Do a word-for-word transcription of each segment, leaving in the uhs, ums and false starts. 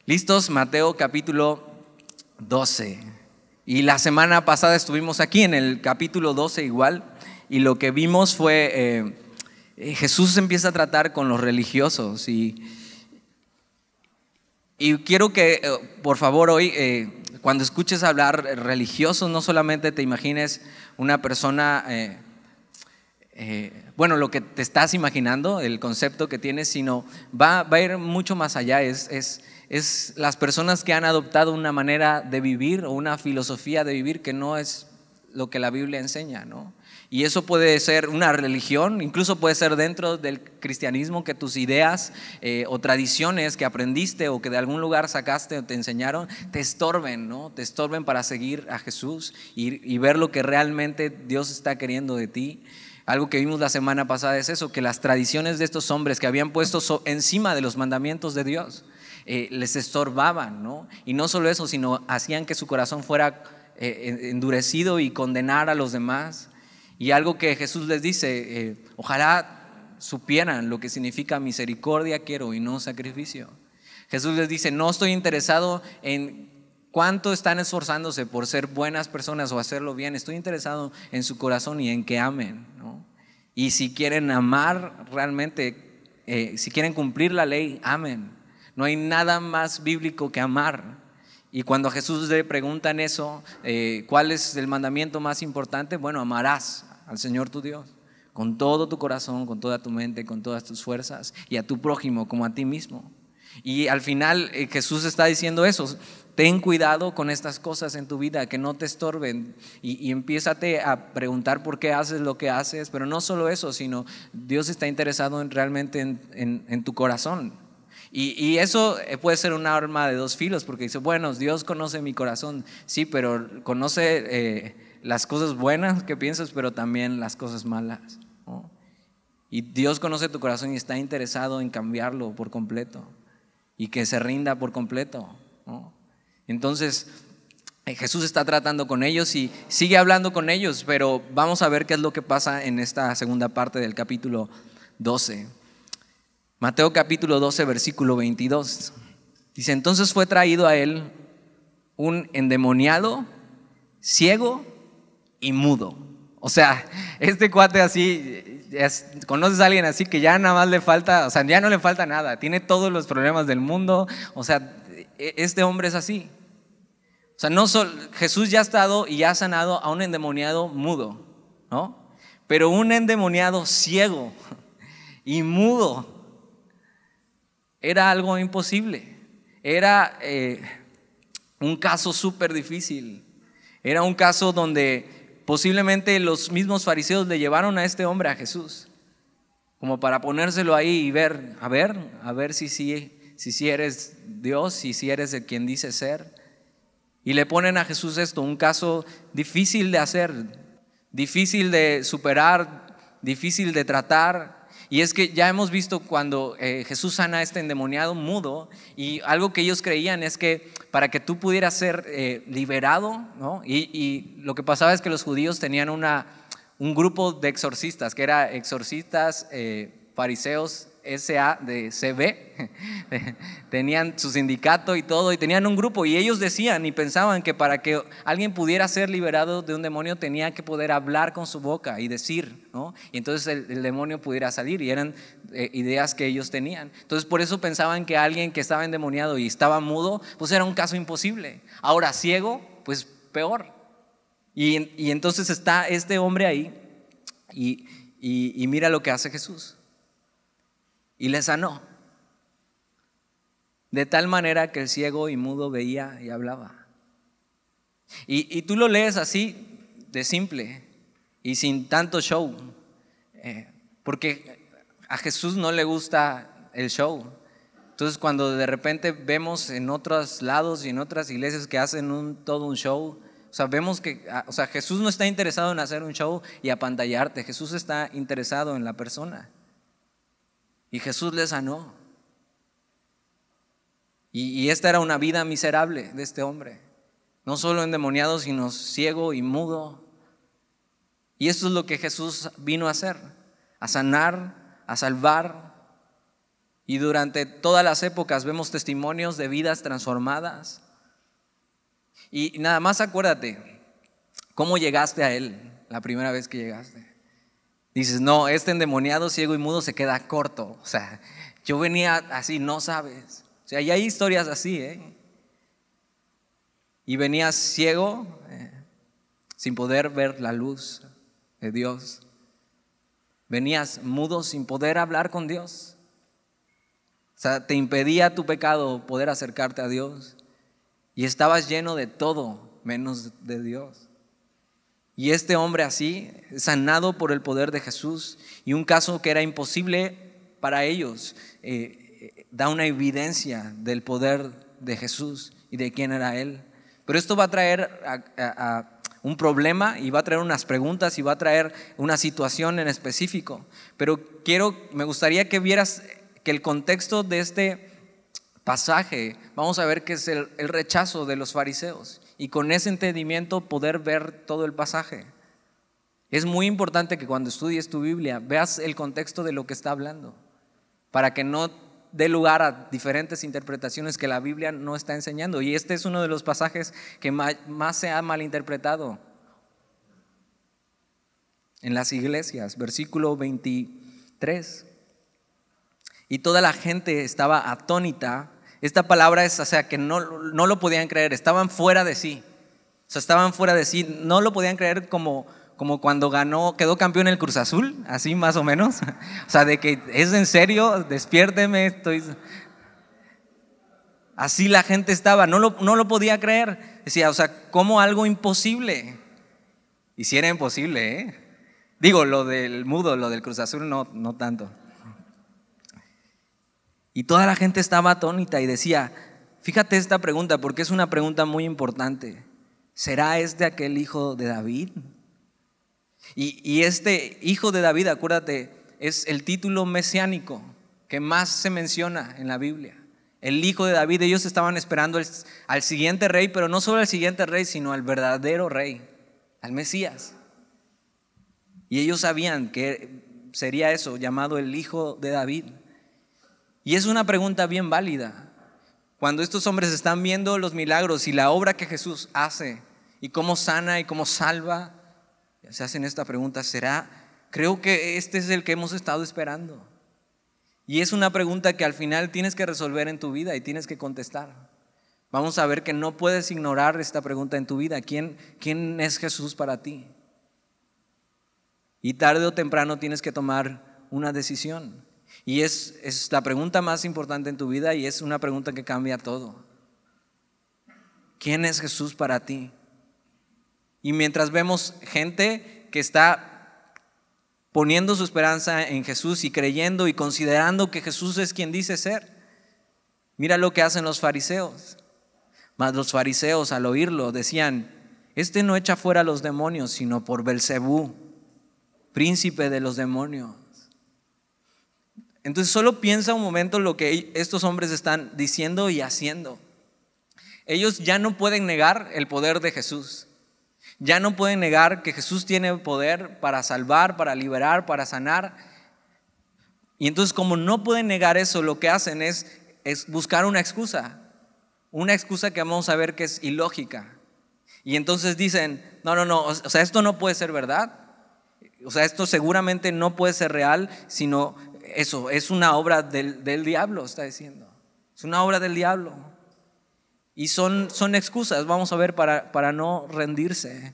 ¿Listos? Mateo capítulo doce. Y la semana pasada estuvimos aquí en el capítulo doce igual, y lo que vimos fue eh, Jesús empieza a tratar con los religiosos y, y quiero que eh, por favor hoy eh, cuando escuches hablar religiosos no solamente te imagines una persona eh, eh, bueno, lo que te estás imaginando, el concepto que tienes, sino va, va a ir mucho más allá. Es, es, es las personas que han adoptado una manera de vivir o una filosofía de vivir que no es lo que la Biblia enseña, ¿no? Y eso puede ser una religión, incluso puede ser dentro del cristianismo, que tus ideas eh, o tradiciones que aprendiste o que de algún lugar sacaste o te enseñaron te estorben, ¿no? Te estorben para seguir a Jesús y, y ver lo que realmente Dios está queriendo de ti. Algo que vimos la semana pasada es eso, que las tradiciones de estos hombres que habían puesto so, encima de los mandamientos de Dios eh, les estorbaban, ¿no? Y no solo eso, sino hacían que su corazón fuera eh, endurecido y condenar a los demás. Y algo que Jesús les dice, eh, ojalá supieran lo que significa misericordia quiero y no sacrificio. Jesús les dice, no estoy interesado en cuánto están esforzándose por ser buenas personas o hacerlo bien, estoy interesado en su corazón y en que amen, ¿no? Y si quieren amar realmente, eh, si quieren cumplir la ley, amen. No hay nada más bíblico que amar. Y cuando a Jesús le preguntan eso, eh, ¿cuál es el mandamiento más importante? Bueno, amarás al Señor tu Dios con todo tu corazón, con toda tu mente, con todas tus fuerzas, y a tu prójimo como a ti mismo. Y al final eh, Jesús está diciendo eso, ten cuidado con estas cosas en tu vida, que no te estorben, y, y empiézate a preguntar por qué haces lo que haces. Pero no solo eso, sino Dios está interesado en, realmente en, en, en tu corazón. Y, y eso puede ser un arma de dos filos, porque dice, bueno, Dios conoce mi corazón, sí, pero conoce eh, las cosas buenas que piensas, pero también las cosas malas, ¿no? Y Dios conoce tu corazón y está interesado en cambiarlo por completo y que se rinda por completo, ¿no? Entonces Jesús está tratando con ellos y sigue hablando con ellos, pero vamos a ver qué es lo que pasa en esta segunda parte del capítulo doce. Mateo capítulo doce versículo veintidós. Dice, entonces fue traído a él un endemoniado, ciego y mudo. O sea, este cuate así, es, conoces a alguien así que ya nada más le falta, o sea, ya no le falta nada, tiene todos los problemas del mundo. O sea, este hombre es así. O sea, no solo, Jesús ya ha estado y ya ha sanado a un endemoniado mudo, ¿no? Pero un endemoniado ciego y mudo era algo imposible. Era eh, un caso súper difícil. Era un caso donde posiblemente los mismos fariseos le llevaron a este hombre a Jesús, como para ponérselo ahí y ver, a ver, a ver si sí si, si eres Dios, si, si eres el quien dice ser. Y le ponen a Jesús esto, un caso difícil de hacer, difícil de superar, difícil de tratar. Y es que ya hemos visto cuando eh, Jesús sana a este endemoniado mudo, y algo que ellos creían es que para que tú pudieras ser eh, liberado, ¿no? Y, y lo que pasaba es que los judíos tenían una, un grupo de exorcistas, que era exorcistas eh, fariseos S A de C B, tenían su sindicato y todo, y tenían un grupo, y ellos decían y pensaban que para que alguien pudiera ser liberado de un demonio tenía que poder hablar con su boca y decir, ¿no? Y entonces el, el demonio pudiera salir, y eran eh, ideas que ellos tenían. Entonces por eso pensaban que alguien que estaba endemoniado y estaba mudo, pues era un caso imposible. Ahora ciego, pues peor. Y, y entonces está este hombre ahí y, y, y mira lo que hace Jesús. Y le sanó, de tal manera que el ciego y mudo veía y hablaba. Y, y tú lo lees así, de simple y sin tanto show, eh, porque a Jesús no le gusta el show. Entonces cuando de repente vemos en otros lados y en otras iglesias que hacen un, todo un show, o sea, vemos que, o sea, Jesús no está interesado en hacer un show y apantallarte. Jesús está interesado en la persona. Y Jesús le sanó. Y, y esta era una vida miserable de este hombre. No solo endemoniado, sino ciego y mudo. Y esto es lo que Jesús vino a hacer: a sanar, a salvar. Y durante todas las épocas vemos testimonios de vidas transformadas. Y nada más acuérdate, ¿cómo llegaste a Él la primera vez que llegaste? Dices, no, este endemoniado, ciego y mudo se queda corto. O sea, yo venía así, no sabes. O sea, y hay historias así, ¿eh? Y venías ciego, eh, sin poder ver la luz de Dios. Venías mudo sin poder hablar con Dios. O sea, te impedía tu pecado poder acercarte a Dios. Y estabas lleno de todo menos de Dios. Y este hombre así, sanado por el poder de Jesús, y un caso que era imposible para ellos, eh, da una evidencia del poder de Jesús y de quién era Él. Pero esto va a traer a, a, a un problema y va a traer unas preguntas y va a traer una situación en específico. Pero quiero, me gustaría que vieras que el contexto de este pasaje, vamos a ver que es el, el rechazo de los fariseos. Y con ese entendimiento poder ver todo el pasaje. Es muy importante que cuando estudies tu Biblia veas el contexto de lo que está hablando, para que no dé lugar a diferentes interpretaciones que la Biblia no está enseñando. Y este es uno de los pasajes que más, más se ha malinterpretado en las iglesias. Versículo veintitrés. Y toda la gente estaba atónita. Esta palabra es, o sea, que no, no lo podían creer, estaban fuera de sí. O sea, estaban fuera de sí, no lo podían creer como, como cuando ganó, quedó campeón el Cruz Azul, así más o menos. O sea, de que es en serio, despiérteme, estoy... Así la gente estaba, no lo, no lo podía creer. Decía, o sea, como algo imposible. Y si era imposible, ¿eh? Digo, lo del mudo, lo del Cruz Azul, no, no tanto. Y toda la gente estaba atónita y decía, fíjate esta pregunta porque es una pregunta muy importante. ¿Será este aquel hijo de David? Y, y este hijo de David, acuérdate, es el título mesiánico que más se menciona en la Biblia. El hijo de David, ellos estaban esperando el, al siguiente rey, pero no solo al siguiente rey, sino al verdadero rey, al Mesías. Y ellos sabían que sería eso, llamado el hijo de David. Y es una pregunta bien válida. Cuando estos hombres están viendo los milagros y la obra que Jesús hace y cómo sana y cómo salva, se hacen esta pregunta, ¿será? Creo que este es el que hemos estado esperando. Y es una pregunta que al final tienes que resolver en tu vida y tienes que contestar. Vamos a ver que no puedes ignorar esta pregunta en tu vida. ¿Quién, quién es Jesús para ti? Y tarde o temprano tienes que tomar una decisión. Y es, es la pregunta más importante en tu vida y es una pregunta que cambia todo. ¿Quién es Jesús para ti? Y mientras vemos gente que está poniendo su esperanza en Jesús y creyendo y considerando que Jesús es quien dice ser, mira lo que hacen los fariseos. Mas los fariseos al oírlo decían, este no echa fuera a los demonios, sino por Belcebú, príncipe de los demonios. Entonces solo piensa un momento lo que estos hombres están diciendo y haciendo. Ellos ya no pueden negar el poder de Jesús. Ya no pueden negar que Jesús tiene poder para salvar, para liberar, para sanar. Y entonces como no pueden negar eso, lo que hacen es, es buscar una excusa. Una excusa que vamos a ver que es ilógica. Y entonces dicen, no, no, no, o sea, esto no puede ser verdad. O sea, esto seguramente no puede ser real, sino eso, es una obra del, del diablo, está diciendo. Es una obra del diablo. Y son, son excusas, vamos a ver, para, para no rendirse.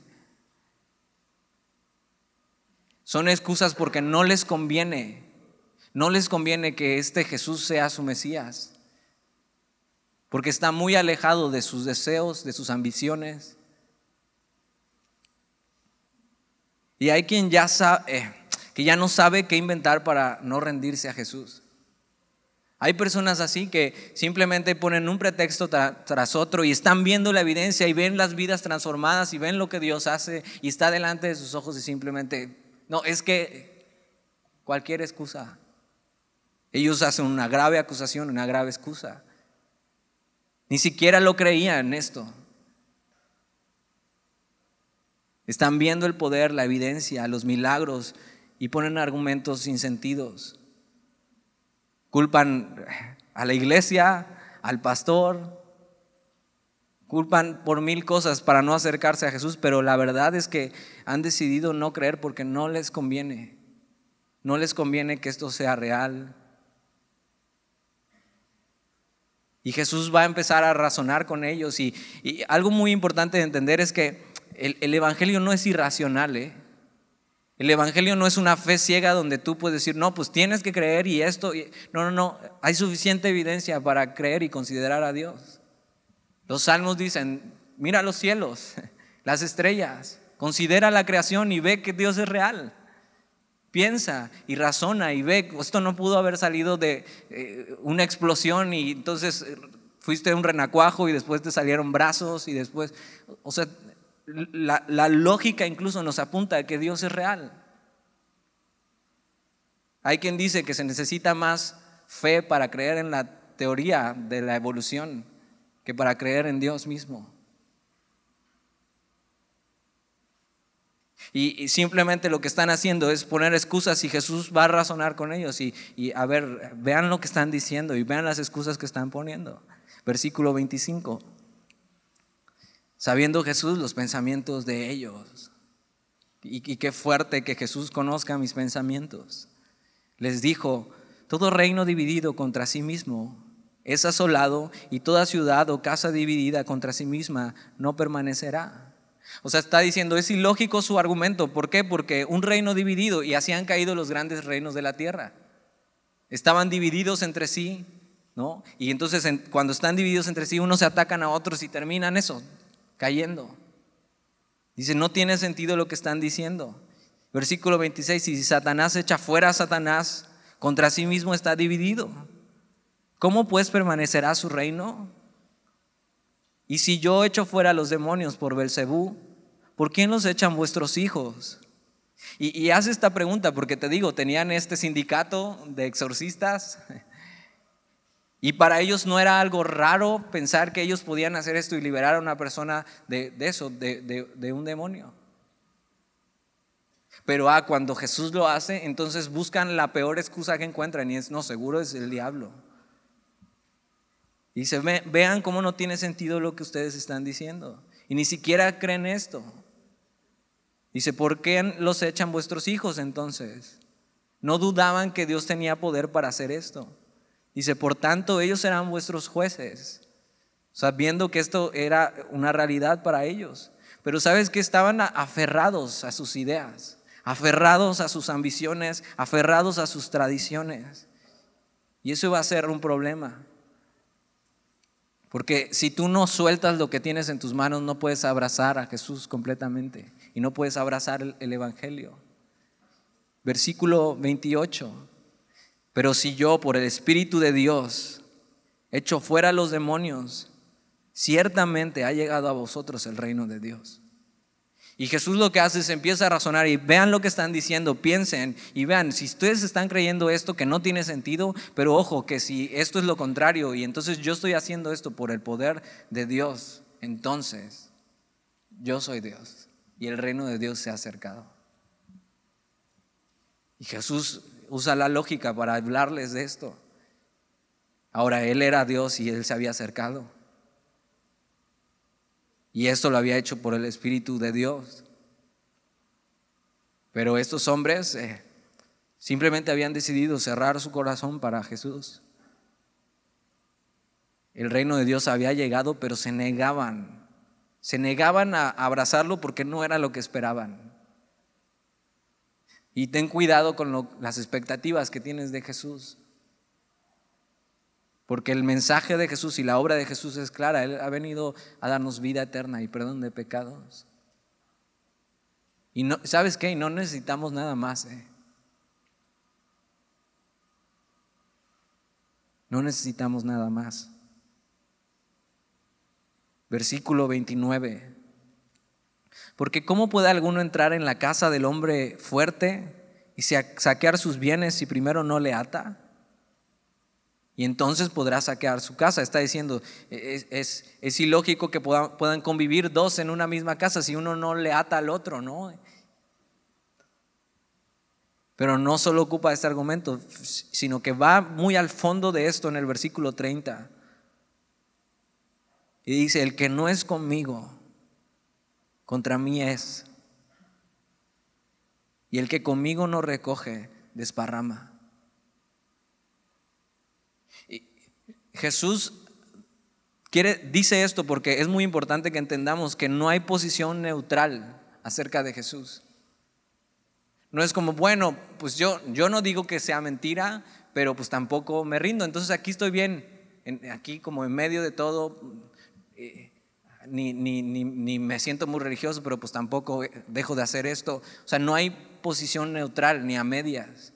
Son excusas porque no les conviene, no les conviene que este Jesús sea su Mesías. Porque está muy alejado de sus deseos, de sus ambiciones. Y hay quien ya sabe, eh, que ya no sabe qué inventar para no rendirse a Jesús. Hay personas así que simplemente ponen un pretexto tra- tras otro y están viendo la evidencia y ven las vidas transformadas y ven lo que Dios hace y está delante de sus ojos y simplemente, no, es que cualquier excusa. Ellos hacen una grave acusación, una grave excusa. Ni siquiera lo creían esto. Están viendo el poder, la evidencia, los milagros y ponen argumentos sin sentidos. Culpan a la iglesia, al pastor, culpan por mil cosas para no acercarse a Jesús, pero la verdad es que han decidido no creer porque no les conviene. No les conviene que esto sea real. Y Jesús va a empezar a razonar con ellos. Y, y algo muy importante de entender es que el, el evangelio no es irracional, ¿eh? El evangelio no es una fe ciega donde tú puedes decir, no, pues tienes que creer y esto. Y, no, no, no. Hay suficiente evidencia para creer y considerar a Dios. Los salmos dicen, mira los cielos, las estrellas, considera la creación y ve que Dios es real. Piensa y razona y ve, esto no pudo haber salido de eh, una explosión y entonces eh, fuiste un renacuajo y después te salieron brazos y después, o sea, la, la lógica incluso nos apunta a que Dios es real. Hay quien dice que se necesita más fe para creer en la teoría de la evolución que para creer en Dios mismo. Y, y simplemente lo que están haciendo es poner excusas y Jesús va a razonar con ellos y, y a ver, vean lo que están diciendo y vean las excusas que están poniendo. Versículo veinticinco. Sabiendo Jesús los pensamientos de ellos. Y, y qué fuerte que Jesús conozca mis pensamientos. Les dijo, todo reino dividido contra sí mismo es asolado y toda ciudad o casa dividida contra sí misma no permanecerá. O sea, está diciendo, es ilógico su argumento. ¿Por qué? Porque un reino dividido, y así han caído los grandes reinos de la tierra. Estaban divididos entre sí, ¿no? Y entonces en, cuando están divididos entre sí, unos se atacan a otros y terminan eso, cayendo. Dice, no tiene sentido lo que están diciendo. Versículo veintiséis, si Satanás echa fuera a Satanás, contra sí mismo está dividido. ¿Cómo pues permanecerá su reino? Y si yo echo fuera a los demonios por Belcebú, ¿por quién los echan vuestros hijos? Y, y hace esta pregunta porque te digo, tenían este sindicato de exorcistas y para ellos no era algo raro pensar que ellos podían hacer esto y liberar a una persona de, de eso, de, de, de un demonio. Pero ah, cuando Jesús lo hace, entonces buscan la peor excusa que encuentran y es, no, seguro es el diablo. Y dice, Ve, vean cómo no tiene sentido lo que ustedes están diciendo. Y ni siquiera creen esto. Dice, ¿por qué los echan vuestros hijos entonces? No dudaban que Dios tenía poder para hacer esto. Dice, por tanto ellos serán vuestros jueces. Sabiendo que esto era una realidad para ellos. Pero sabes que estaban aferrados a sus ideas, aferrados a sus ambiciones, aferrados a sus tradiciones. Y eso va a ser un problema. Porque si tú no sueltas lo que tienes en tus manos, no puedes abrazar a Jesús completamente y no puedes abrazar el, el evangelio. Versículo veintiocho. Pero si yo por el Espíritu de Dios echo fuera a los demonios, ciertamente ha llegado a vosotros el reino de Dios. Y Jesús lo que hace es empieza a razonar y vean lo que están diciendo, piensen y vean, si ustedes están creyendo esto que no tiene sentido, pero ojo que si esto es lo contrario y entonces yo estoy haciendo esto por el poder de Dios, entonces yo soy Dios y el reino de Dios se ha acercado. Y Jesús usa la lógica para hablarles de esto. Ahora Él era Dios y Él se había acercado. Y esto lo había hecho por el Espíritu de Dios. Pero estos hombres eh, simplemente habían decidido cerrar su corazón para Jesús. El reino de Dios había llegado, pero se negaban. Se negaban a abrazarlo porque no era lo que esperaban. Y ten cuidado con lo, las expectativas que tienes de Jesús. Porque el mensaje de Jesús y la obra de Jesús es clara. Él ha venido a darnos vida eterna y perdón de pecados. Y no, ¿sabes qué? No necesitamos nada más. ¿eh? No necesitamos nada más. Versículo veintinueve. Porque ¿cómo puede alguno entrar en la casa del hombre fuerte y saquear sus bienes si primero no le ata? Y entonces podrá saquear su casa. Está diciendo, es, es, es ilógico que puedan, puedan convivir dos en una misma casa si uno no le ata al otro, ¿no? Pero no solo ocupa este argumento, sino que va muy al fondo de esto en el versículo treinta. Y dice, el que no es conmigo, contra mí es. Y el que conmigo no recoge, desparrama. Y Jesús quiere, dice esto porque es muy importante que entendamos que no hay posición neutral acerca de Jesús. No es como, bueno, pues yo, yo no digo que sea mentira, pero pues tampoco me rindo. Entonces aquí estoy bien, en, aquí como en medio de todo. Eh, Ni, ni, ni, ni me siento muy religioso, pero pues tampoco dejo de hacer esto. O sea, no hay posición neutral ni a medias.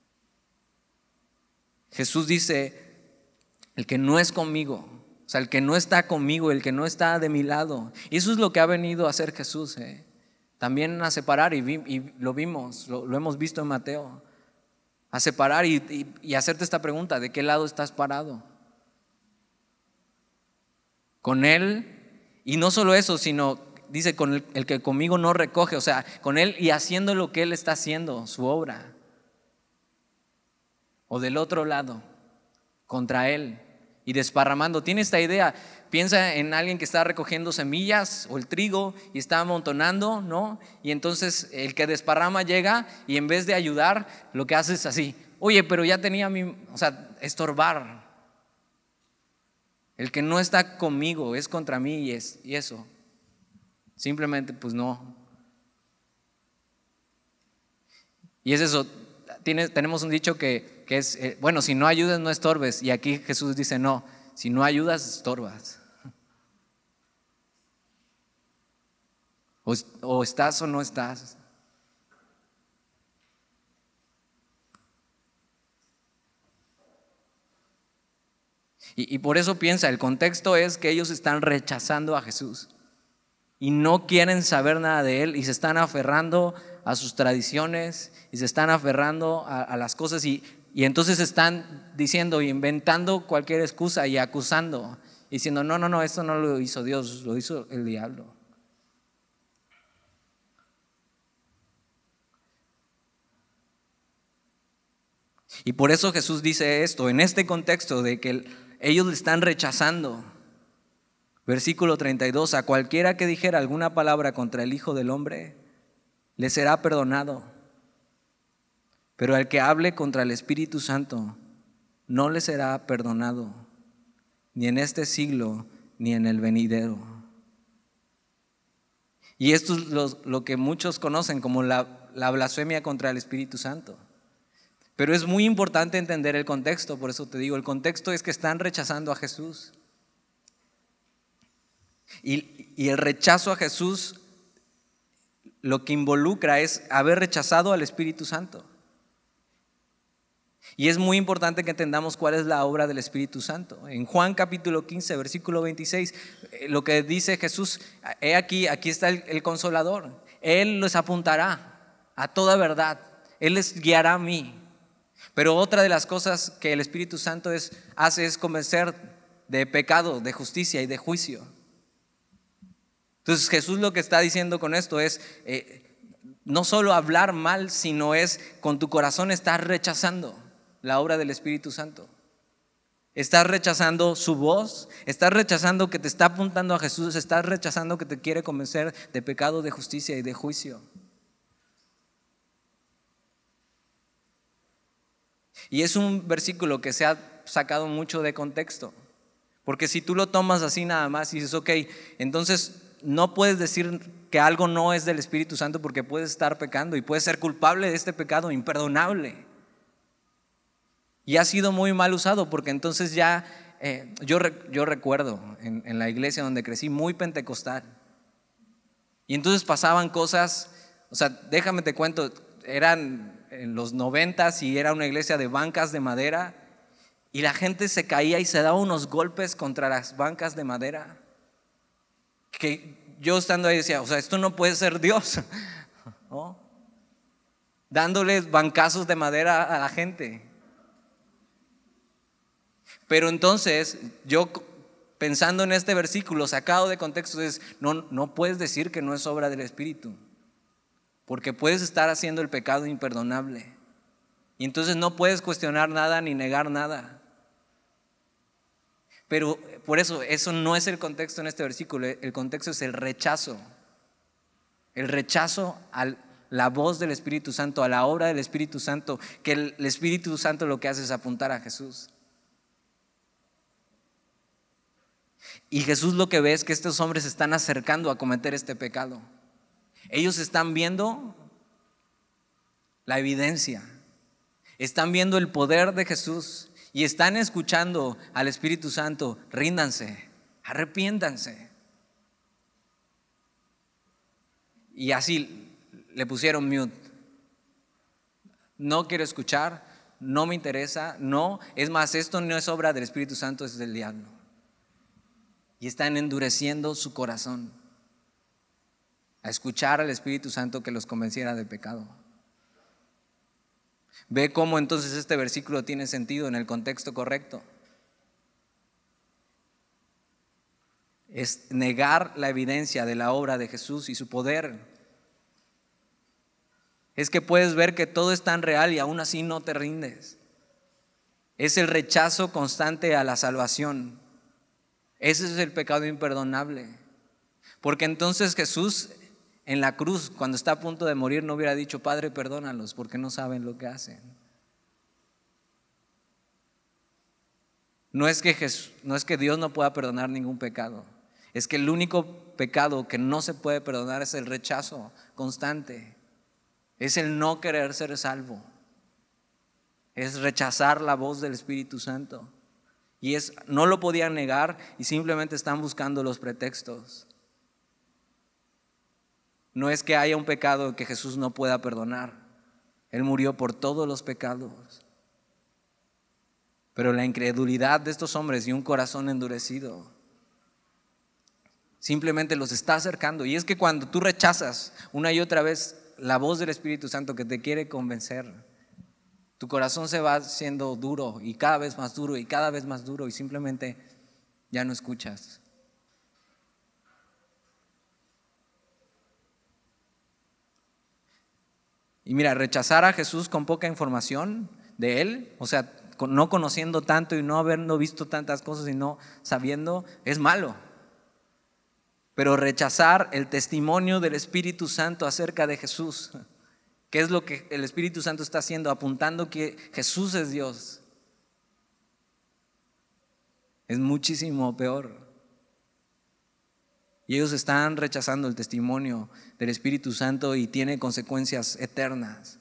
Jesús dice, el que no es conmigo, o sea, el que no está conmigo, el que no está de mi lado. Y eso es lo que ha venido a hacer Jesús, ¿eh? También a separar, y, vi, y lo vimos, lo, lo hemos visto en Mateo, a separar y, y, y hacerte esta pregunta, ¿de qué lado estás parado? ¿Con Él? Y no solo eso, sino dice con el, el que conmigo no recoge, o sea, con Él y haciendo lo que Él está haciendo, su obra. O del otro lado, contra Él y desparramando. Tiene esta idea, piensa en alguien que está recogiendo semillas o el trigo y está amontonando, ¿no? Y entonces el que desparrama llega y en vez de ayudar, lo que hace es así, oye, pero ya tenía mi, o sea, estorbar. El que no está conmigo es contra mí y, es, y eso. Simplemente pues no. Y es eso. Tiene, tenemos un dicho que, que es, eh, bueno, si no ayudas no estorbes. Y aquí Jesús dice, no, si no ayudas estorbas. O, o estás o no estás. Y, y por eso piensa, el contexto es que ellos están rechazando a Jesús y no quieren saber nada de Él y se están aferrando a sus tradiciones y se están aferrando a, a las cosas y, y entonces están diciendo y inventando cualquier excusa y acusando, diciendo no, no, no, esto no lo hizo Dios, lo hizo el diablo. Y por eso Jesús dice esto, en este contexto de que el, ellos le están rechazando. Versículo treinta y dos, a cualquiera que dijera alguna palabra contra el Hijo del Hombre, le será perdonado. Pero al que hable contra el Espíritu Santo, no le será perdonado, ni en este siglo, ni en el venidero. Y esto es lo, lo que muchos conocen como la, la blasfemia contra el Espíritu Santo. Pero es muy importante entender el contexto, por eso te digo, el contexto es que están rechazando a Jesús. Y, y el rechazo a Jesús lo que involucra es haber rechazado al Espíritu Santo. Y es muy importante que entendamos cuál es la obra del Espíritu Santo. En Juan capítulo quince, versículo veintiséis, lo que dice Jesús, he aquí, aquí está el, el Consolador. Él los apuntará a toda verdad. Él les guiará a mí. Pero otra de las cosas que el Espíritu Santo es, hace es convencer de pecado, de justicia y de juicio. Entonces Jesús lo que está diciendo con esto es eh, no solo hablar mal, sino es con tu corazón estás rechazando la obra del Espíritu Santo. Estás rechazando su voz, estás rechazando que te está apuntando a Jesús, estás rechazando que te quiere convencer de pecado, de justicia y de juicio. Y es un versículo que se ha sacado mucho de contexto, porque si tú lo tomas así nada más y dices, ok, entonces no puedes decir que algo no es del Espíritu Santo porque puedes estar pecando y puedes ser culpable de este pecado imperdonable. Y ha sido muy mal usado porque entonces ya, eh, yo, yo recuerdo en, en la iglesia donde crecí muy pentecostal. Y entonces pasaban cosas, o sea, déjame te cuento, eran en los noventas y era una iglesia de bancas de madera y la gente se caía y se daba unos golpes contra las bancas de madera que yo estando ahí decía, o sea, esto no puede ser Dios, ¿no? Dándoles bancazos de madera a la gente. Pero entonces yo pensando en este versículo sacado de contexto es, no, no puedes decir que no es obra del Espíritu, porque puedes estar haciendo el pecado imperdonable. Y entonces no puedes cuestionar nada ni negar nada. Pero por eso, eso no es el contexto en este versículo. El contexto es el rechazo. El rechazo a la voz del Espíritu Santo, a la obra del Espíritu Santo, que el, el Espíritu Santo lo que hace es apuntar a Jesús. Y Jesús lo que ve es que estos hombres se están acercando a cometer este pecado. Ellos están viendo la evidencia, están viendo el poder de Jesús y están escuchando al Espíritu Santo: ríndanse, arrepiéntanse. Y así le pusieron mute. No quiero escuchar, no me interesa, no, es más, esto no es obra del Espíritu Santo, es del diablo. Y están endureciendo su corazón a escuchar al Espíritu Santo que los convenciera de pecado. Ve cómo entonces este versículo tiene sentido en el contexto correcto. Es negar la evidencia de la obra de Jesús y su poder. Es que puedes ver que todo es tan real y aún así no te rindes. Es el rechazo constante a la salvación. Ese es el pecado imperdonable. Porque entonces Jesús en la cruz, cuando está a punto de morir, no hubiera dicho: Padre, perdónalos porque no saben lo que hacen. No es que Jesús, no es que Dios no pueda perdonar ningún pecado. Es que el único pecado que no se puede perdonar es el rechazo constante. Es el no querer ser salvo. Es rechazar la voz del Espíritu Santo. Y es, no lo podían negar y simplemente están buscando los pretextos. No es que haya un pecado que Jesús no pueda perdonar. Él murió por todos los pecados. Pero la incredulidad de estos hombres y un corazón endurecido simplemente los está acercando. Y es que cuando tú rechazas una y otra vez la voz del Espíritu Santo que te quiere convencer, tu corazón se va haciendo duro y cada vez más duro y cada vez más duro y simplemente ya no escuchas. Y mira, rechazar a Jesús con poca información de Él, o sea, no conociendo tanto y no habiendo visto tantas cosas y no sabiendo, es malo. Pero rechazar el testimonio del Espíritu Santo acerca de Jesús, ¿qué es lo que el Espíritu Santo está haciendo? Apuntando que Jesús es Dios. Es muchísimo peor. Y ellos están rechazando el testimonio del Espíritu Santo y tiene consecuencias eternas.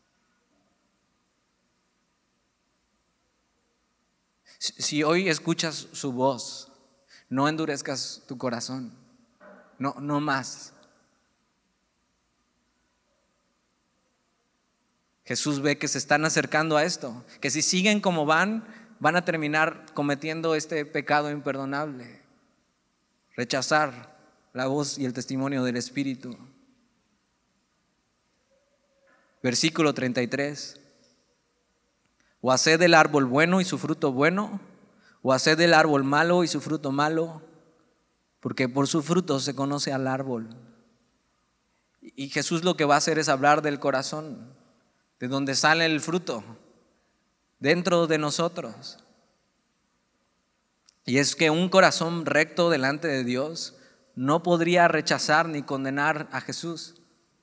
Si hoy escuchas su voz, no endurezcas tu corazón. No, no más. Jesús ve que se están acercando a esto, que si siguen como van, van a terminar cometiendo este pecado imperdonable. Rechazar la voz y el testimonio del Espíritu. Versículo treinta y tres. O haced del árbol bueno y su fruto bueno, o haced del árbol malo y su fruto malo, porque por su fruto se conoce al árbol. Y Jesús lo que va a hacer es hablar del corazón, de donde sale el fruto, dentro de nosotros. Y es que un corazón recto delante de Dios no podría rechazar ni condenar a Jesús.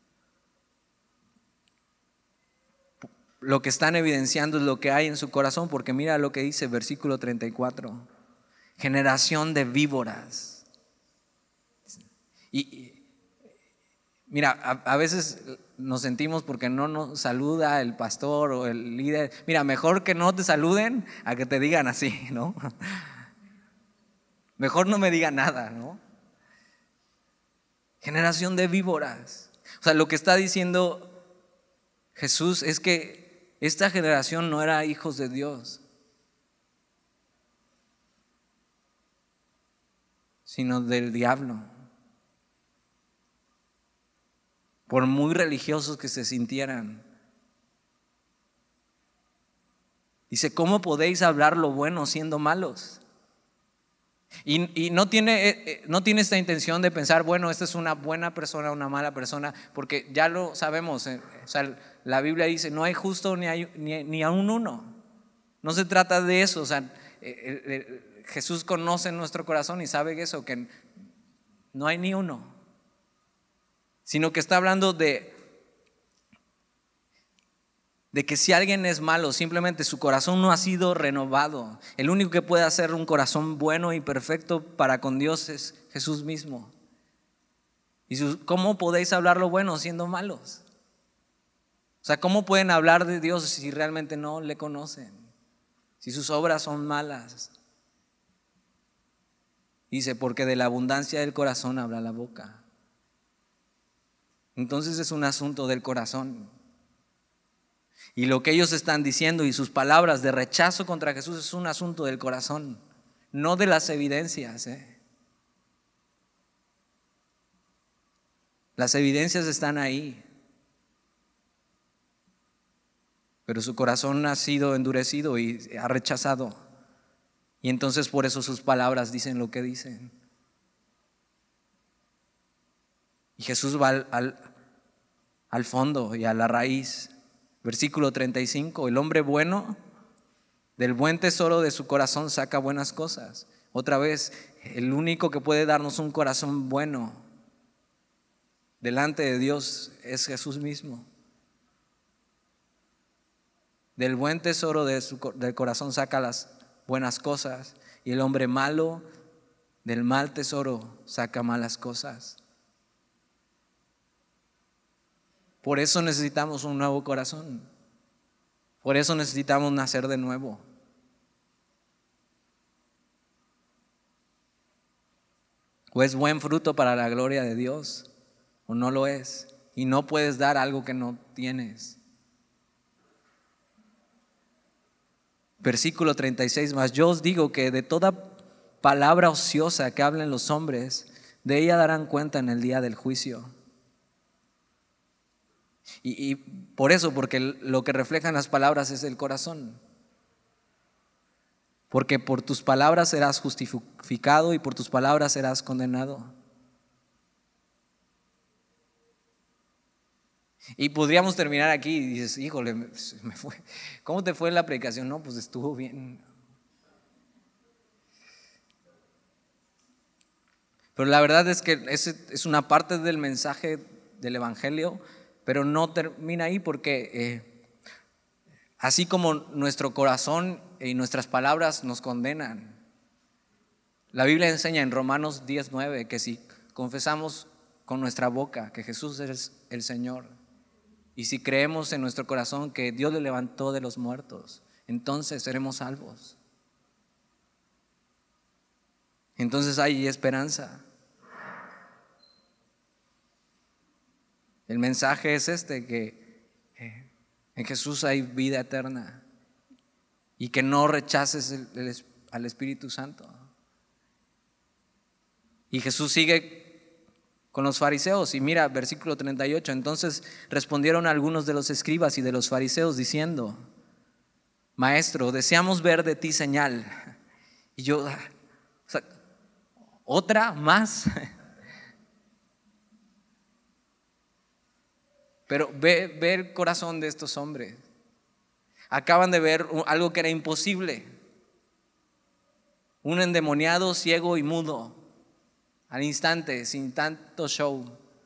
Lo que están evidenciando es lo que hay en su corazón, porque mira lo que dice versículo treinta y cuatro. Generación de víboras. Y, y mira, a, a veces nos sentimos porque no nos saluda el pastor o el líder. Mira, mejor que no te saluden a que te digan así, ¿no? Mejor no me digan nada, ¿no? Generación de víboras. O sea, lo que está diciendo Jesús es que esta generación no era hijos de Dios, sino del diablo. Por muy religiosos que se sintieran. Dice, ¿cómo podéis hablar lo bueno siendo malos? Y, y no, tiene, eh, no tiene esta intención de pensar, bueno, esta es una buena persona, una mala persona, porque ya lo sabemos. eh, o sea, la Biblia dice, no hay justo ni, hay, ni, ni aún uno. No se trata de eso. O sea, eh, eh, Jesús conoce nuestro corazón y sabe eso, que no hay ni uno. Sino que está hablando de, de que si alguien es malo, simplemente su corazón no ha sido renovado. El único que puede hacer un corazón bueno y perfecto para con Dios es Jesús mismo. ¿Y su, cómo podéis hablar lo bueno siendo malos? O sea, ¿cómo pueden hablar de Dios si realmente no le conocen? Si sus obras son malas. Dice, porque de la abundancia del corazón habla la boca. Entonces es un asunto del corazón. Y lo que ellos están diciendo y sus palabras de rechazo contra Jesús es un asunto del corazón, no de las evidencias. ¿eh? Las evidencias están ahí, pero su corazón ha sido endurecido y ha rechazado. Y entonces por eso sus palabras dicen lo que dicen. Y Jesús va al, al, al fondo y a la raíz. Versículo treinta y cinco, el hombre bueno del buen tesoro de su corazón saca buenas cosas. Otra vez, el único que puede darnos un corazón bueno delante de Dios es Jesús mismo. Del buen tesoro de su, del corazón saca las buenas cosas, y el hombre malo del mal tesoro saca malas cosas. Por eso necesitamos un nuevo corazón. Por eso necesitamos nacer de nuevo. O es buen fruto para la gloria de Dios, o no lo es. Y no puedes dar algo que no tienes. Versículo treinta y seis, mas yo os digo que de toda palabra ociosa que hablen los hombres, de ella darán cuenta en el día del juicio. Y, y por eso, porque lo que reflejan las palabras es el corazón. Porque por tus palabras serás justificado y por tus palabras serás condenado. Y podríamos terminar aquí y dices, híjole, me fue. ¿Cómo te fue en la predicación? No, pues estuvo bien. Pero la verdad es que ese es una parte del mensaje del Evangelio, pero no termina ahí, porque eh, así como nuestro corazón y nuestras palabras nos condenan, la Biblia enseña en Romanos diez nueve que si confesamos con nuestra boca que Jesús es el Señor, y si creemos en nuestro corazón que Dios le levantó de los muertos, entonces seremos salvos. Entonces hay esperanza. El mensaje es este, que eh, en Jesús hay vida eterna y que no rechaces el, el, al Espíritu Santo. Y Jesús sigue con los fariseos y mira versículo treinta y ocho, entonces respondieron algunos de los escribas y de los fariseos diciendo, Maestro, deseamos ver de ti señal. Y yo, o sea, ¿otra más? Pero ve, ve el corazón de estos hombres. Acaban de ver algo que era imposible. Un endemoniado, ciego y mudo, al instante, sin tanto show.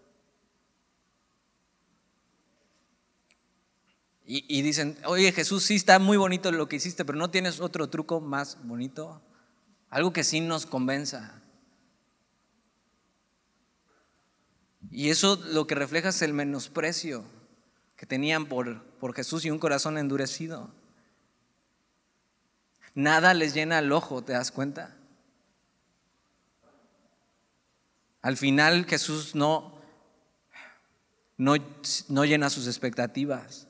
Y, y dicen, oye Jesús, sí está muy bonito lo que hiciste, pero ¿no tienes otro truco más bonito? Algo que sí nos convenza. Y eso lo que refleja es el menosprecio que tenían por, por Jesús y un corazón endurecido. Nada les llena el ojo, ¿te das cuenta? Al final Jesús no, no, no llena sus expectativas.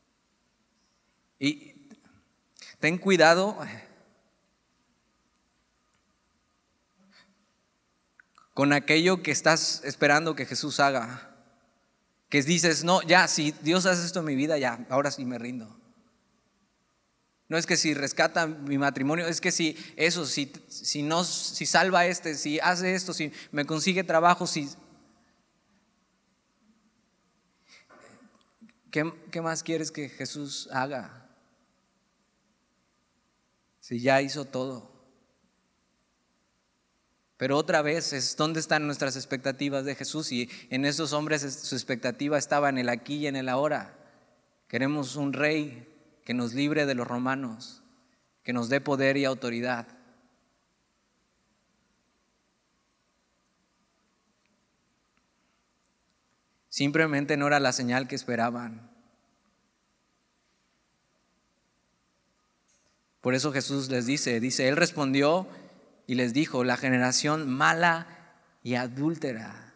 Y ten cuidado con aquello que estás esperando que Jesús haga. Que dices, no, ya, si Dios hace esto en mi vida, ya, ahora sí me rindo. No es que si rescata mi matrimonio, es que si eso, si, si, no, si salva a este, si hace esto, si me consigue trabajo, si... ¿Qué, qué más quieres que Jesús haga? Si ya hizo todo. Pero otra vez es dónde están nuestras expectativas de Jesús, y en esos hombres su expectativa estaba en el aquí y en el ahora. Queremos un rey que nos libre de los romanos, que nos dé poder y autoridad. Simplemente no era la señal que esperaban. Por eso Jesús les dice, dice, Él respondió y les dijo, la generación mala y adúltera.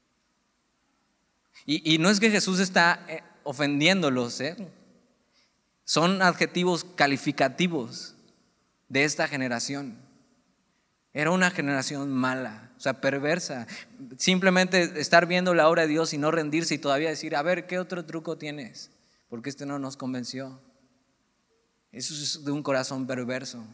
Y, y no es que Jesús está ofendiéndolos, ¿eh? Son adjetivos calificativos de esta generación. Era una generación mala, o sea, perversa. Simplemente estar viendo la obra de Dios y no rendirse y todavía decir, a ver, ¿qué otro truco tienes? Porque este no nos convenció. Eso es de un corazón perverso.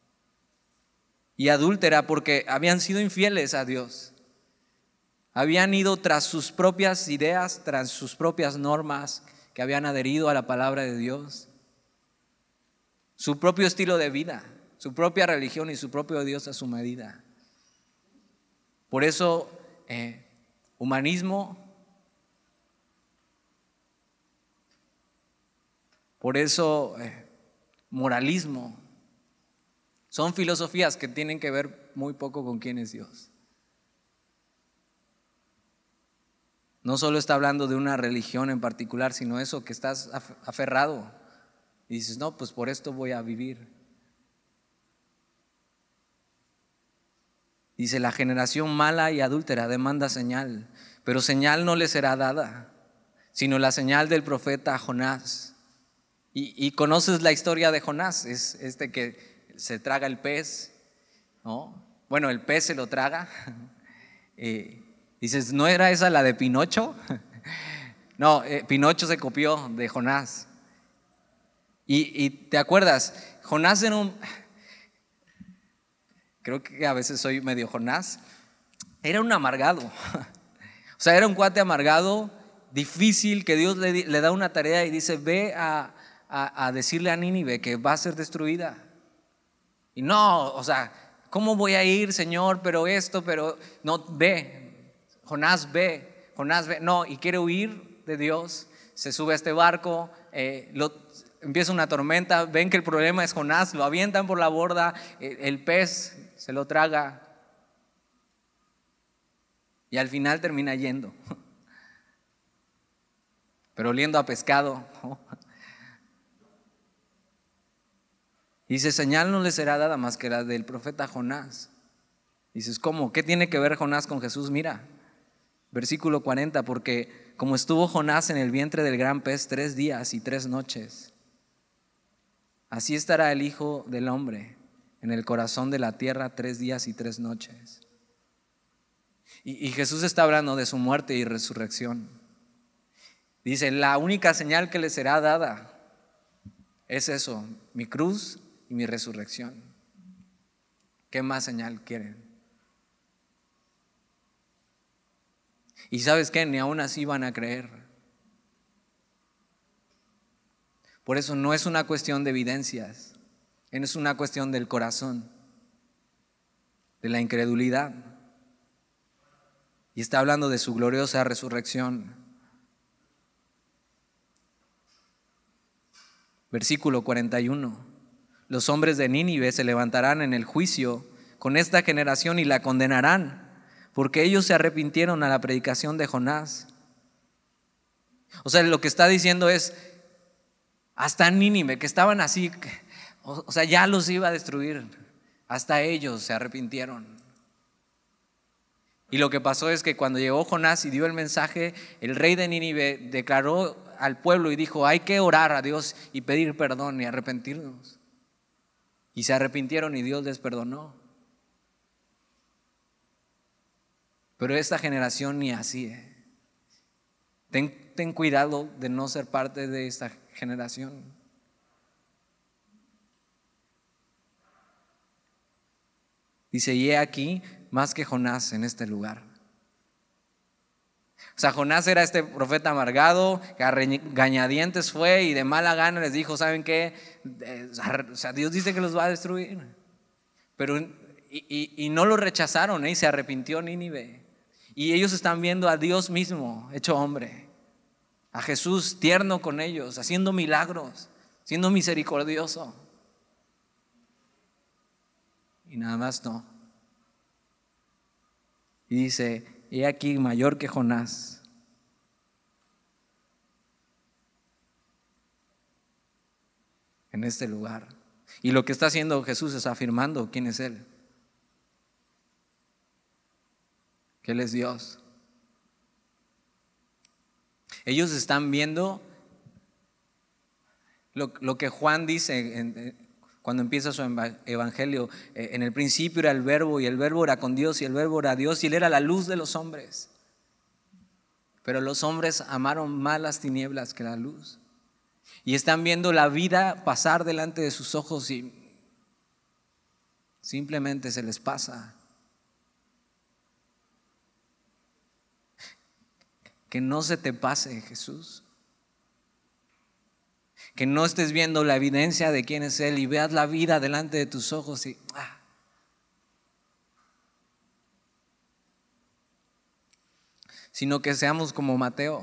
Y adúltera porque habían sido infieles a Dios. Habían ido tras sus propias ideas, tras sus propias normas que habían adherido a la palabra de Dios. Su propio estilo de vida, su propia religión y su propio Dios a su medida. Por eso, eh, humanismo, por eso, eh, moralismo, son filosofías que tienen que ver muy poco con quién es Dios. No solo está hablando de una religión en particular, sino eso que estás aferrado y dices, no, pues por esto voy a vivir. Dice, la generación mala y adúltera demanda señal, pero señal no le será dada, sino la señal del profeta Jonás. Y, y conoces la historia de Jonás, es este que se traga el pez, ¿no? Bueno, el pez se lo traga. eh, dices, ¿no era esa la de Pinocho? No, eh, Pinocho se copió de Jonás. Y, y te acuerdas, Jonás era un... Creo que a veces soy medio Jonás. Era un amargado. O sea, era un cuate amargado, difícil, que Dios le, le da una tarea y dice, ve a, a, a decirle a Nínive que va a ser destruida. Y no, o sea, ¿cómo voy a ir, Señor? Pero esto, pero no, ve. Jonás ve, Jonás ve. No, y quiere huir de Dios. Se sube a este barco, eh, lo, empieza una tormenta, ven que el problema es Jonás, lo avientan por la borda, eh, el pez se lo traga y al final termina yendo, pero oliendo a pescado. Dice, señal no le será dada más que la del profeta Jonás. Dices, ¿cómo? ¿Qué tiene que ver Jonás con Jesús? Mira, versículo cuarenta, porque como estuvo Jonás en el vientre del gran pez tres días y tres noches, así estará el Hijo del Hombre en el corazón de la tierra tres días y tres noches. Y, y Jesús está hablando de su muerte y resurrección. Dice, la única señal que le será dada es eso, mi cruz y mi resurrección. ¿Qué más señal quieren? Y ¿sabes qué? Ni aún así van a creer. Por eso no es una cuestión de evidencias, es una cuestión del corazón, de la incredulidad. Y está hablando de su gloriosa resurrección. Versículo cuarenta y uno. Los hombres de Nínive se levantarán en el juicio con esta generación y la condenarán, porque ellos se arrepintieron a la predicación de Jonás. O sea, lo que está diciendo es, hasta Nínive, que estaban así, o, o sea, ya los iba a destruir, hasta ellos se arrepintieron. Y lo que pasó es que cuando llegó Jonás y dio el mensaje, el rey de Nínive declaró al pueblo y dijo, hay que orar a Dios y pedir perdón y arrepentirnos. Y se arrepintieron y Dios les perdonó. Pero esta generación ni así. ¿eh? Ten, ten cuidado de no ser parte de esta generación. Dice, y he aquí más que Jonás en este lugar. O sea, Jonás era este profeta amargado, que a regañadientes fue y de mala gana les dijo, ¿saben qué? O sea, Dios dice que los va a destruir. Pero, y, y, y no lo rechazaron, ¿eh? Y se arrepintió Nínive. Y ellos están viendo a Dios mismo hecho hombre, a Jesús tierno con ellos, haciendo milagros, siendo misericordioso. Y nada más no. Y dice, he aquí mayor que Jonás. En este lugar. Y lo que está haciendo Jesús es afirmando quién es Él. Que Él es Dios. Ellos están viendo lo, lo que Juan dice en, cuando empieza su evangelio. En el principio era el verbo y el verbo era con Dios y el verbo era Dios y Él era la luz de los hombres. Pero los hombres amaron más las tinieblas que la luz. Y están viendo la vida pasar delante de sus ojos y simplemente se les pasa. Que no se te pase, Jesús. Que no estés viendo la evidencia de quién es Él y veas la vida delante de tus ojos y ah. Sino que seamos como Mateo,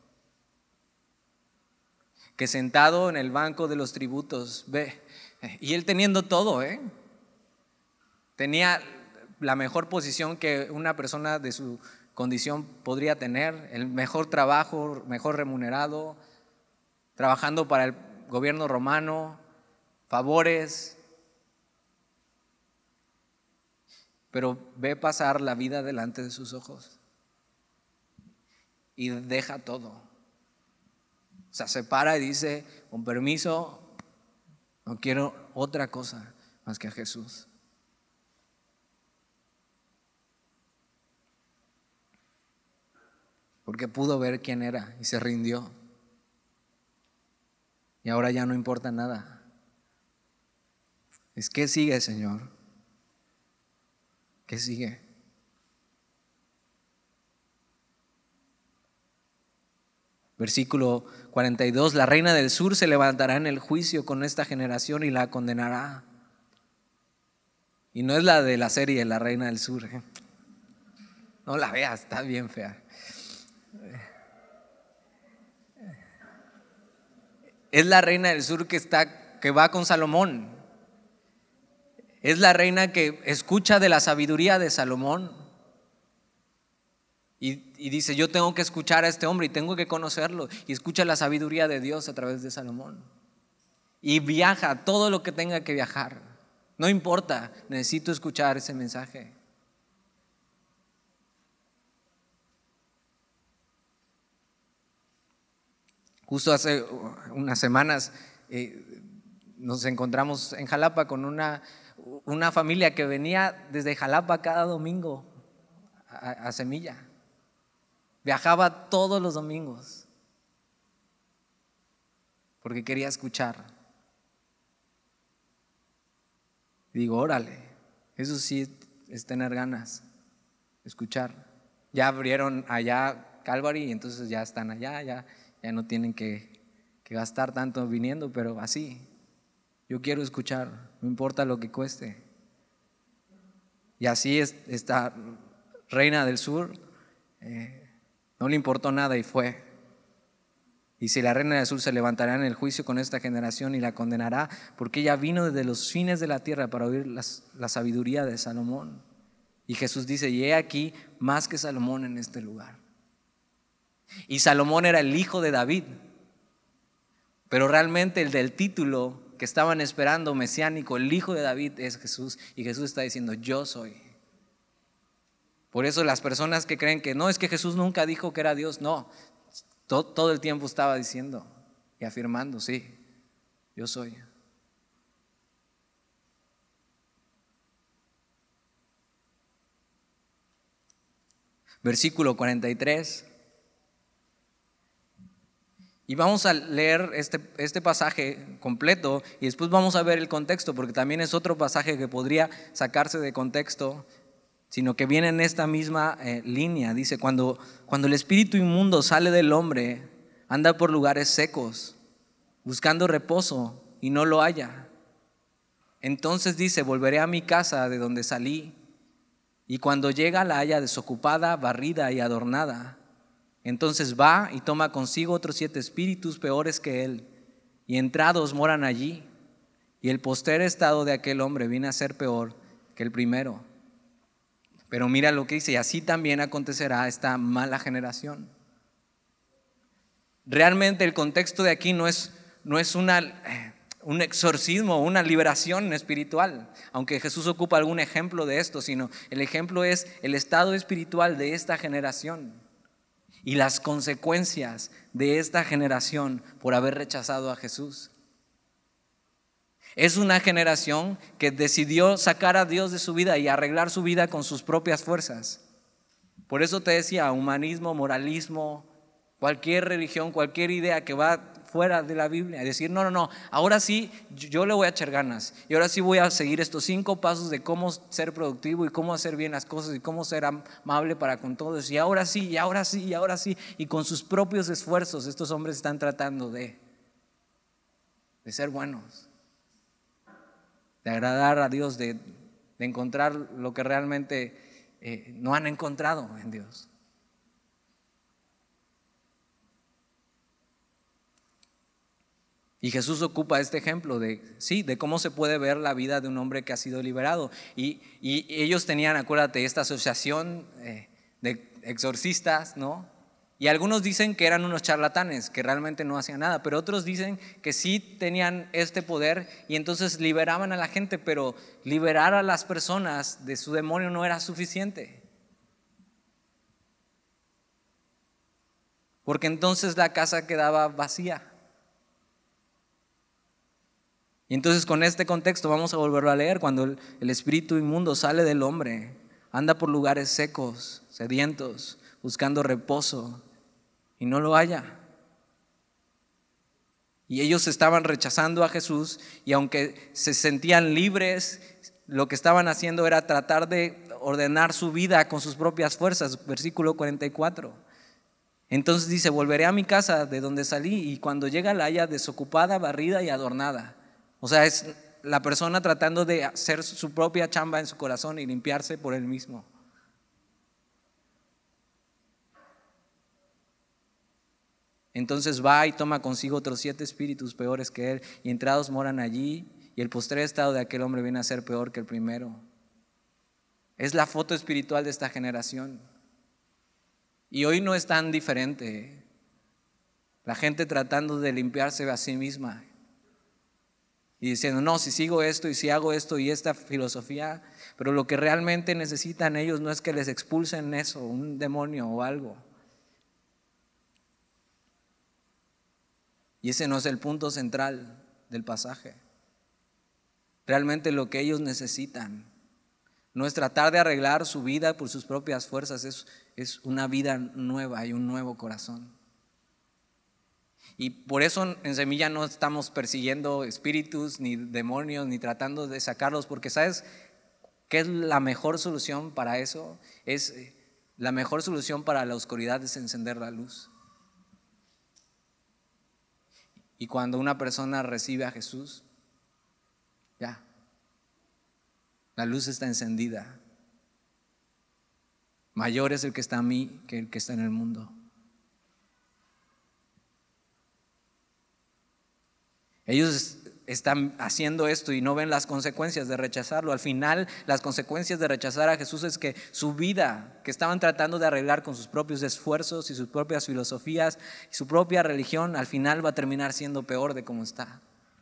que sentado en el banco de los tributos ve, y él teniendo todo, ¿eh? Tenía la mejor posición que una persona de su condición podría tener, el mejor trabajo, mejor remunerado, trabajando para el gobierno romano, favores, pero ve pasar la vida delante de sus ojos y deja todo. O sea, se para y dice, con permiso, no quiero otra cosa más que a Jesús. Porque pudo ver quién era y se rindió. Y ahora ya no importa nada. Es que sigue, Señor. ¿Qué sigue? Versículo cuarenta y dos, la reina del sur se levantará en el juicio con esta generación y la condenará. Y no es la de la serie La Reina del Sur, ¿eh? No la veas, está bien fea. Es la reina del sur que está, que va con Salomón. Es la reina que escucha de la sabiduría de Salomón. Y, y dice, yo tengo que escuchar a este hombre y tengo que conocerlo. Y escucha la sabiduría de Dios a través de Salomón. Y viaja todo lo que tenga que viajar. No importa, necesito escuchar ese mensaje. Justo hace unas semanas eh, nos encontramos en Jalapa con una, una familia que venía desde Jalapa cada domingo a, a Semilla. Viajaba todos los domingos porque quería escuchar. Digo, órale, eso sí es tener ganas de escuchar. Ya abrieron allá Calvary y entonces ya están allá, ya, ya no tienen que, que gastar tanto viniendo, pero así, yo quiero escuchar, no importa lo que cueste. Y así es esta reina del sur, eh, no le importó nada y fue. Y si la reina del sur se levantará en el juicio con esta generación y la condenará, porque ella vino desde los fines de la tierra para oír las, la sabiduría de Salomón. Y Jesús dice, y he aquí más que Salomón en este lugar. Y Salomón era el hijo de David, pero realmente el del título que estaban esperando mesiánico, el hijo de David, es Jesús. Y Jesús está diciendo, yo soy. Por eso las personas que creen que no, es que Jesús nunca dijo que era Dios, no, todo, todo el tiempo estaba diciendo y afirmando, sí, yo soy. Versículo cuarenta y tres. Y vamos a leer este, este pasaje completo y después vamos a ver el contexto, porque también es otro pasaje que podría sacarse de contexto, sino que viene en esta misma eh, línea. Dice, cuando, cuando el espíritu inmundo sale del hombre, anda por lugares secos, buscando reposo y no lo halla. Entonces dice, volveré a mi casa de donde salí, y cuando llega la halla desocupada, barrida y adornada. Entonces va y toma consigo otros siete espíritus peores que él, y entrados moran allí. Y el postrer estado de aquel hombre viene a ser peor que el primero. Pero mira lo que dice, y así también acontecerá a esta mala generación. Realmente el contexto de aquí no es, no es una, un exorcismo, una liberación espiritual, aunque Jesús ocupa algún ejemplo de esto, sino el ejemplo es el estado espiritual de esta generación y las consecuencias de esta generación por haber rechazado a Jesús. Es una generación que decidió sacar a Dios de su vida y arreglar su vida con sus propias fuerzas. Por eso te decía, humanismo, moralismo, cualquier religión, cualquier idea que va fuera de la Biblia, decir, no, no, no, ahora sí yo le voy a echar ganas y ahora sí voy a seguir estos cinco pasos de cómo ser productivo y cómo hacer bien las cosas y cómo ser amable para con todos, y ahora sí, y ahora sí, y ahora sí, y con sus propios esfuerzos estos hombres están tratando de, de ser buenos, de agradar a Dios, de, de encontrar lo que realmente eh, no han encontrado en Dios. Y Jesús ocupa este ejemplo de, sí, de cómo se puede ver la vida de un hombre que ha sido liberado. Y, y ellos tenían, acuérdate, esta asociación eh, de exorcistas, ¿no? Y algunos dicen que eran unos charlatanes, que realmente no hacían nada, pero otros dicen que sí tenían este poder y entonces liberaban a la gente, pero liberar a las personas de su demonio no era suficiente. Porque entonces la casa quedaba vacía. Y entonces con este contexto vamos a volverlo a leer. Cuando el, el espíritu inmundo sale del hombre, anda por lugares secos, sedientos, buscando reposo y no lo halla. Y ellos estaban rechazando a Jesús y aunque se sentían libres, lo que estaban haciendo era tratar de ordenar su vida con sus propias fuerzas. Versículo cuarenta y cuatro. Entonces dice, volveré a mi casa de donde salí, y cuando llega la halla desocupada, barrida y adornada. O sea, es la persona tratando de hacer su propia chamba en su corazón y limpiarse por él mismo. Entonces va y toma consigo otros siete espíritus peores que él, y entrados moran allí, y el postrer estado de aquel hombre viene a ser peor que el primero. Es la foto espiritual de esta generación. Y hoy no es tan diferente. La gente tratando de limpiarse a sí misma y diciendo, no, si sigo esto y si hago esto y esta filosofía, pero lo que realmente necesitan ellos no es que les expulsen eso, un demonio o algo. Y ese no es el punto central del pasaje. Realmente lo que ellos necesitan no es tratar de arreglar su vida por sus propias fuerzas, es, es una vida nueva y un nuevo corazón. Y por eso en Semilla no estamos persiguiendo espíritus ni demonios ni tratando de sacarlos, porque ¿sabes qué es la mejor solución para eso? Es la mejor solución para la oscuridad es encender la luz. Y cuando una persona recibe a Jesús, ya, la luz está encendida. Mayor es el que está en mí que el que está en el mundo. Ellos están haciendo esto y no ven las consecuencias de rechazarlo. Al final, las consecuencias de rechazar a Jesús es que su vida, que estaban tratando de arreglar con sus propios esfuerzos y sus propias filosofías y su propia religión, al final va a terminar siendo peor de cómo está.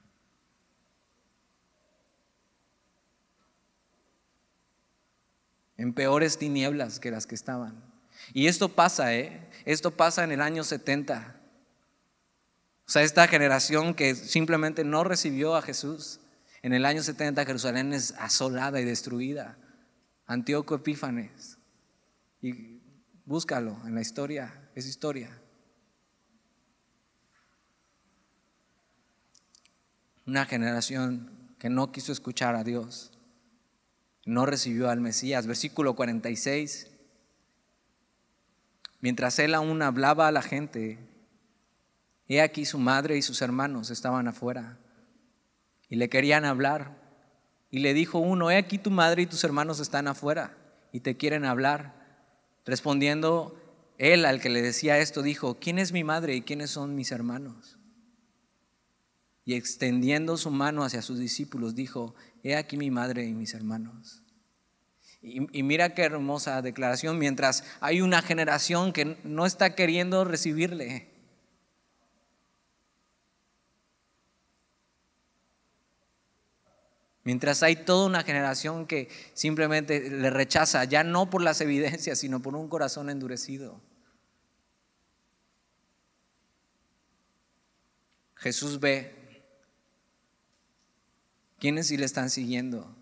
En peores tinieblas que las que estaban. Y esto pasa, ¿eh? Esto pasa en el año setenta. O sea, esta generación que simplemente no recibió a Jesús, en el año setenta Jerusalén es asolada y destruida. Antíoco Epífanes. Y búscalo en la historia, es historia. Una generación que no quiso escuchar a Dios, no recibió al Mesías. Versículo cuarenta y seis. Mientras él aún hablaba a la gente, he aquí su madre y sus hermanos estaban afuera y le querían hablar. Y le dijo uno: he aquí tu madre y tus hermanos están afuera y te quieren hablar. Respondiendo él al que le decía esto, dijo: ¿quién es mi madre y quiénes son mis hermanos? Y extendiendo su mano hacia sus discípulos, dijo: he aquí mi madre y mis hermanos. Y, y mira qué hermosa declaración, mientras hay una generación que no está queriendo recibirle. Mientras hay toda una generación que simplemente le rechaza, ya no por las evidencias, sino por un corazón endurecido. Jesús ve quiénes sí le están siguiendo.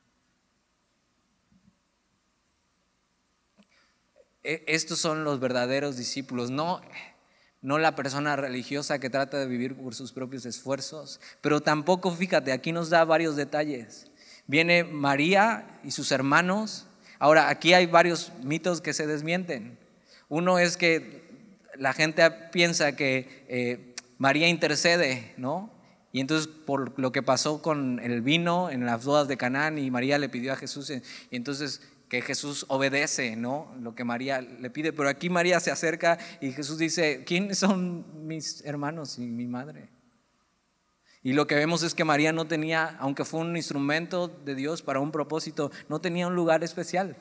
Estos son los verdaderos discípulos, no, no la persona religiosa que trata de vivir por sus propios esfuerzos, pero tampoco, fíjate, aquí nos da varios detalles. Viene María y sus hermanos. Ahora, aquí hay varios mitos que se desmienten. Uno es que la gente piensa que eh, María intercede, ¿no? Y entonces por lo que pasó con el vino en las bodas de Canaán, y María le pidió a Jesús, y entonces que Jesús obedece, ¿no?, lo que María le pide. Pero aquí María se acerca y Jesús dice: ¿quiénes son mis hermanos y mi madre? Y lo que vemos es que María no tenía, aunque fue un instrumento de Dios para un propósito, no tenía un lugar especial,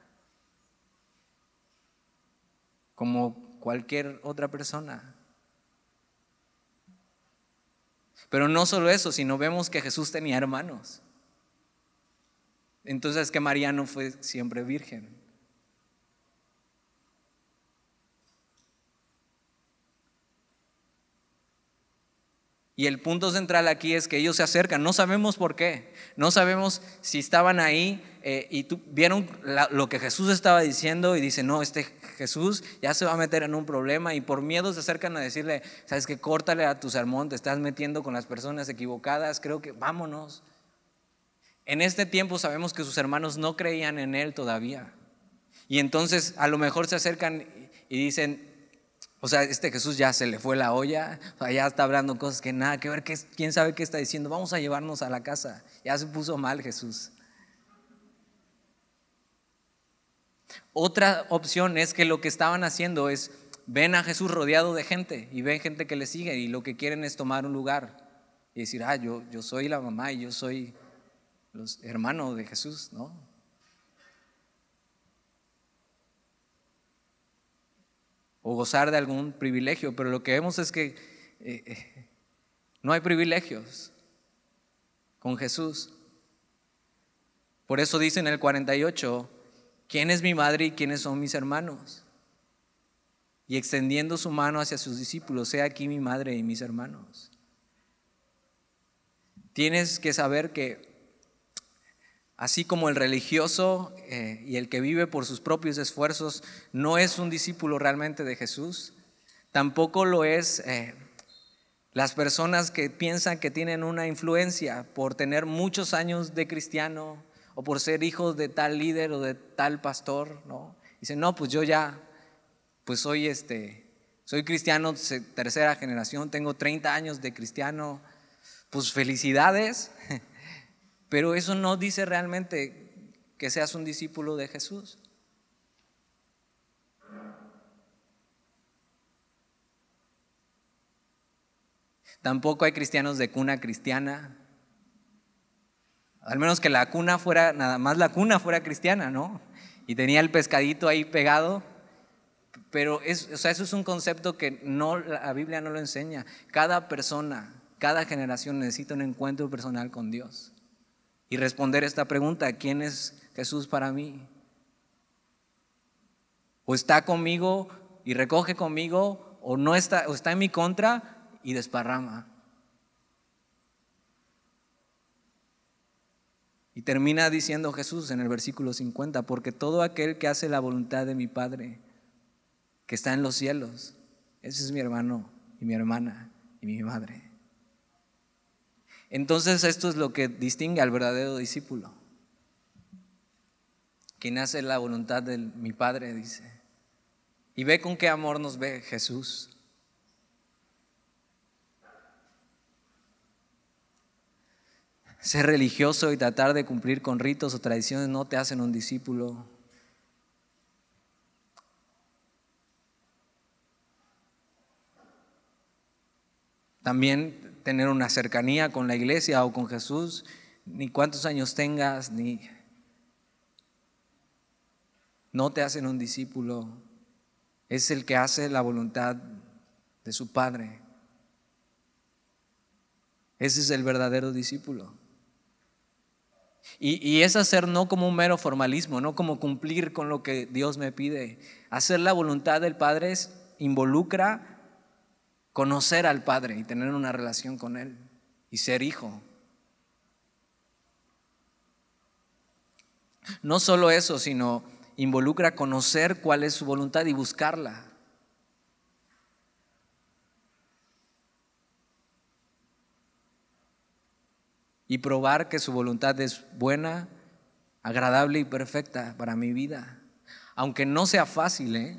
como cualquier otra persona. Pero no solo eso, sino vemos que Jesús tenía hermanos. Entonces, que María no fue siempre virgen. Y el punto central aquí es que ellos se acercan. No sabemos por qué. No sabemos si estaban ahí eh, y tú, vieron la, lo que Jesús estaba diciendo y dicen: no, este Jesús ya se va a meter en un problema, y por miedo se acercan a decirle: sabes que córtale a tu sermón, te estás metiendo con las personas equivocadas, creo que vámonos. En este tiempo sabemos que sus hermanos no creían en él todavía. Y entonces a lo mejor se acercan y dicen: o sea, este Jesús ya se le fue la olla, o sea, ya está hablando cosas que nada que ver, que quién sabe qué está diciendo, vamos a llevarnos a la casa. Ya se puso mal Jesús. Otra opción es que lo que estaban haciendo es: ven a Jesús rodeado de gente y ven gente que le sigue, y lo que quieren es tomar un lugar y decir: ah, yo, yo soy la mamá y yo soy los hermanos de Jesús, ¿no? O gozar de algún privilegio. Pero lo que vemos es que eh, no hay privilegios con Jesús. Por eso dice en el cuarenta y ocho: ¿quién es mi madre y quiénes son mis hermanos? Y extendiendo su mano hacia sus discípulos: he aquí mi madre y mis hermanos. Tienes que saber que así como el religioso eh, y el que vive por sus propios esfuerzos no es un discípulo realmente de Jesús, tampoco lo es eh, las personas que piensan que tienen una influencia por tener muchos años de cristiano o por ser hijos de tal líder o de tal pastor, ¿no? Dicen: no, pues yo ya, pues soy este, soy cristiano tercera generación, tengo treinta años de cristiano, pues felicidades. Pero eso no dice realmente que seas un discípulo de Jesús. Tampoco hay cristianos de cuna cristiana. Al menos que la cuna fuera, nada más la cuna fuera cristiana, ¿no? Y tenía el pescadito ahí pegado. Pero es, o sea, eso es un concepto que no, la Biblia no lo enseña. Cada persona, cada generación necesita un encuentro personal con Dios y responder esta pregunta: ¿quién es Jesús para mí? O está conmigo y recoge conmigo, o no está, o está en mi contra y desparrama. Y termina diciendo Jesús en el versículo cincuenta: porque todo aquel que hace la voluntad de mi Padre que está en los cielos, ese es mi hermano y mi hermana y mi madre. Entonces esto es lo que distingue al verdadero discípulo. Quien hace la voluntad de mi Padre, dice. Y ve con qué amor nos ve Jesús. Ser religioso y tratar de cumplir con ritos o tradiciones no te hacen un discípulo. También tener una cercanía con la iglesia o con Jesús, ni cuántos años tengas, ni no te hacen un discípulo. Es el que hace la voluntad de su Padre. Ese es el verdadero discípulo. Y, y es hacer no como un mero formalismo, no como cumplir con lo que Dios me pide. Hacer la voluntad del Padre es, involucra conocer al Padre y tener una relación con Él y ser hijo. No solo eso, sino involucra conocer cuál es su voluntad y buscarla. Y probar que su voluntad es buena, agradable y perfecta para mi vida. Aunque no sea fácil, ¿eh?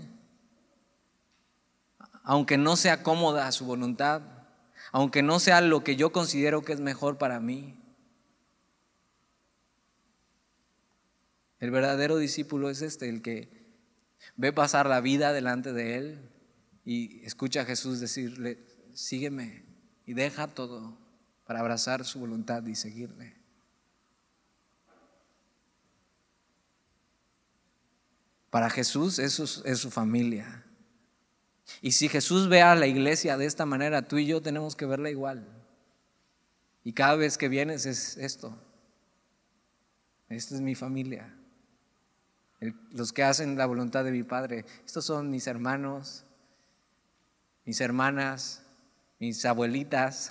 Aunque no sea cómoda su voluntad, aunque no sea lo que yo considero que es mejor para mí. El verdadero discípulo es este, el que ve pasar la vida delante de él y escucha a Jesús decirle: sígueme, y deja todo para abrazar su voluntad y seguirle. Para Jesús eso es, es su familia. Y si Jesús ve a la iglesia de esta manera, tú y yo tenemos que verla igual. Y cada vez que vienes es esto. Esta es mi familia. El, los que hacen la voluntad de mi Padre. Estos son mis hermanos, mis hermanas, mis abuelitas.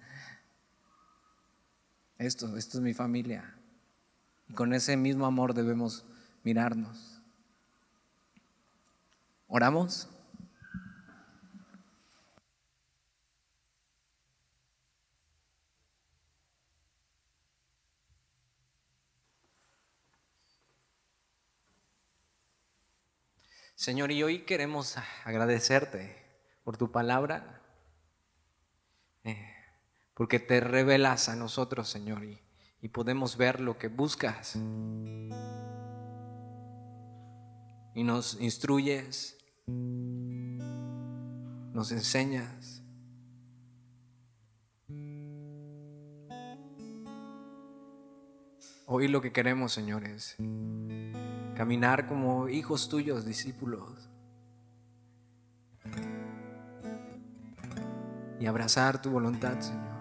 Esto, esto es mi familia. Y con ese mismo amor debemos mirarnos. ¿Oramos? Señor, y hoy queremos agradecerte por tu palabra, eh, porque te revelas a nosotros, Señor, y, y podemos ver lo que buscas. Y nos instruyes, nos enseñas. Hoy lo que queremos, Señor, es caminar como hijos tuyos, discípulos, y abrazar tu voluntad, Señor.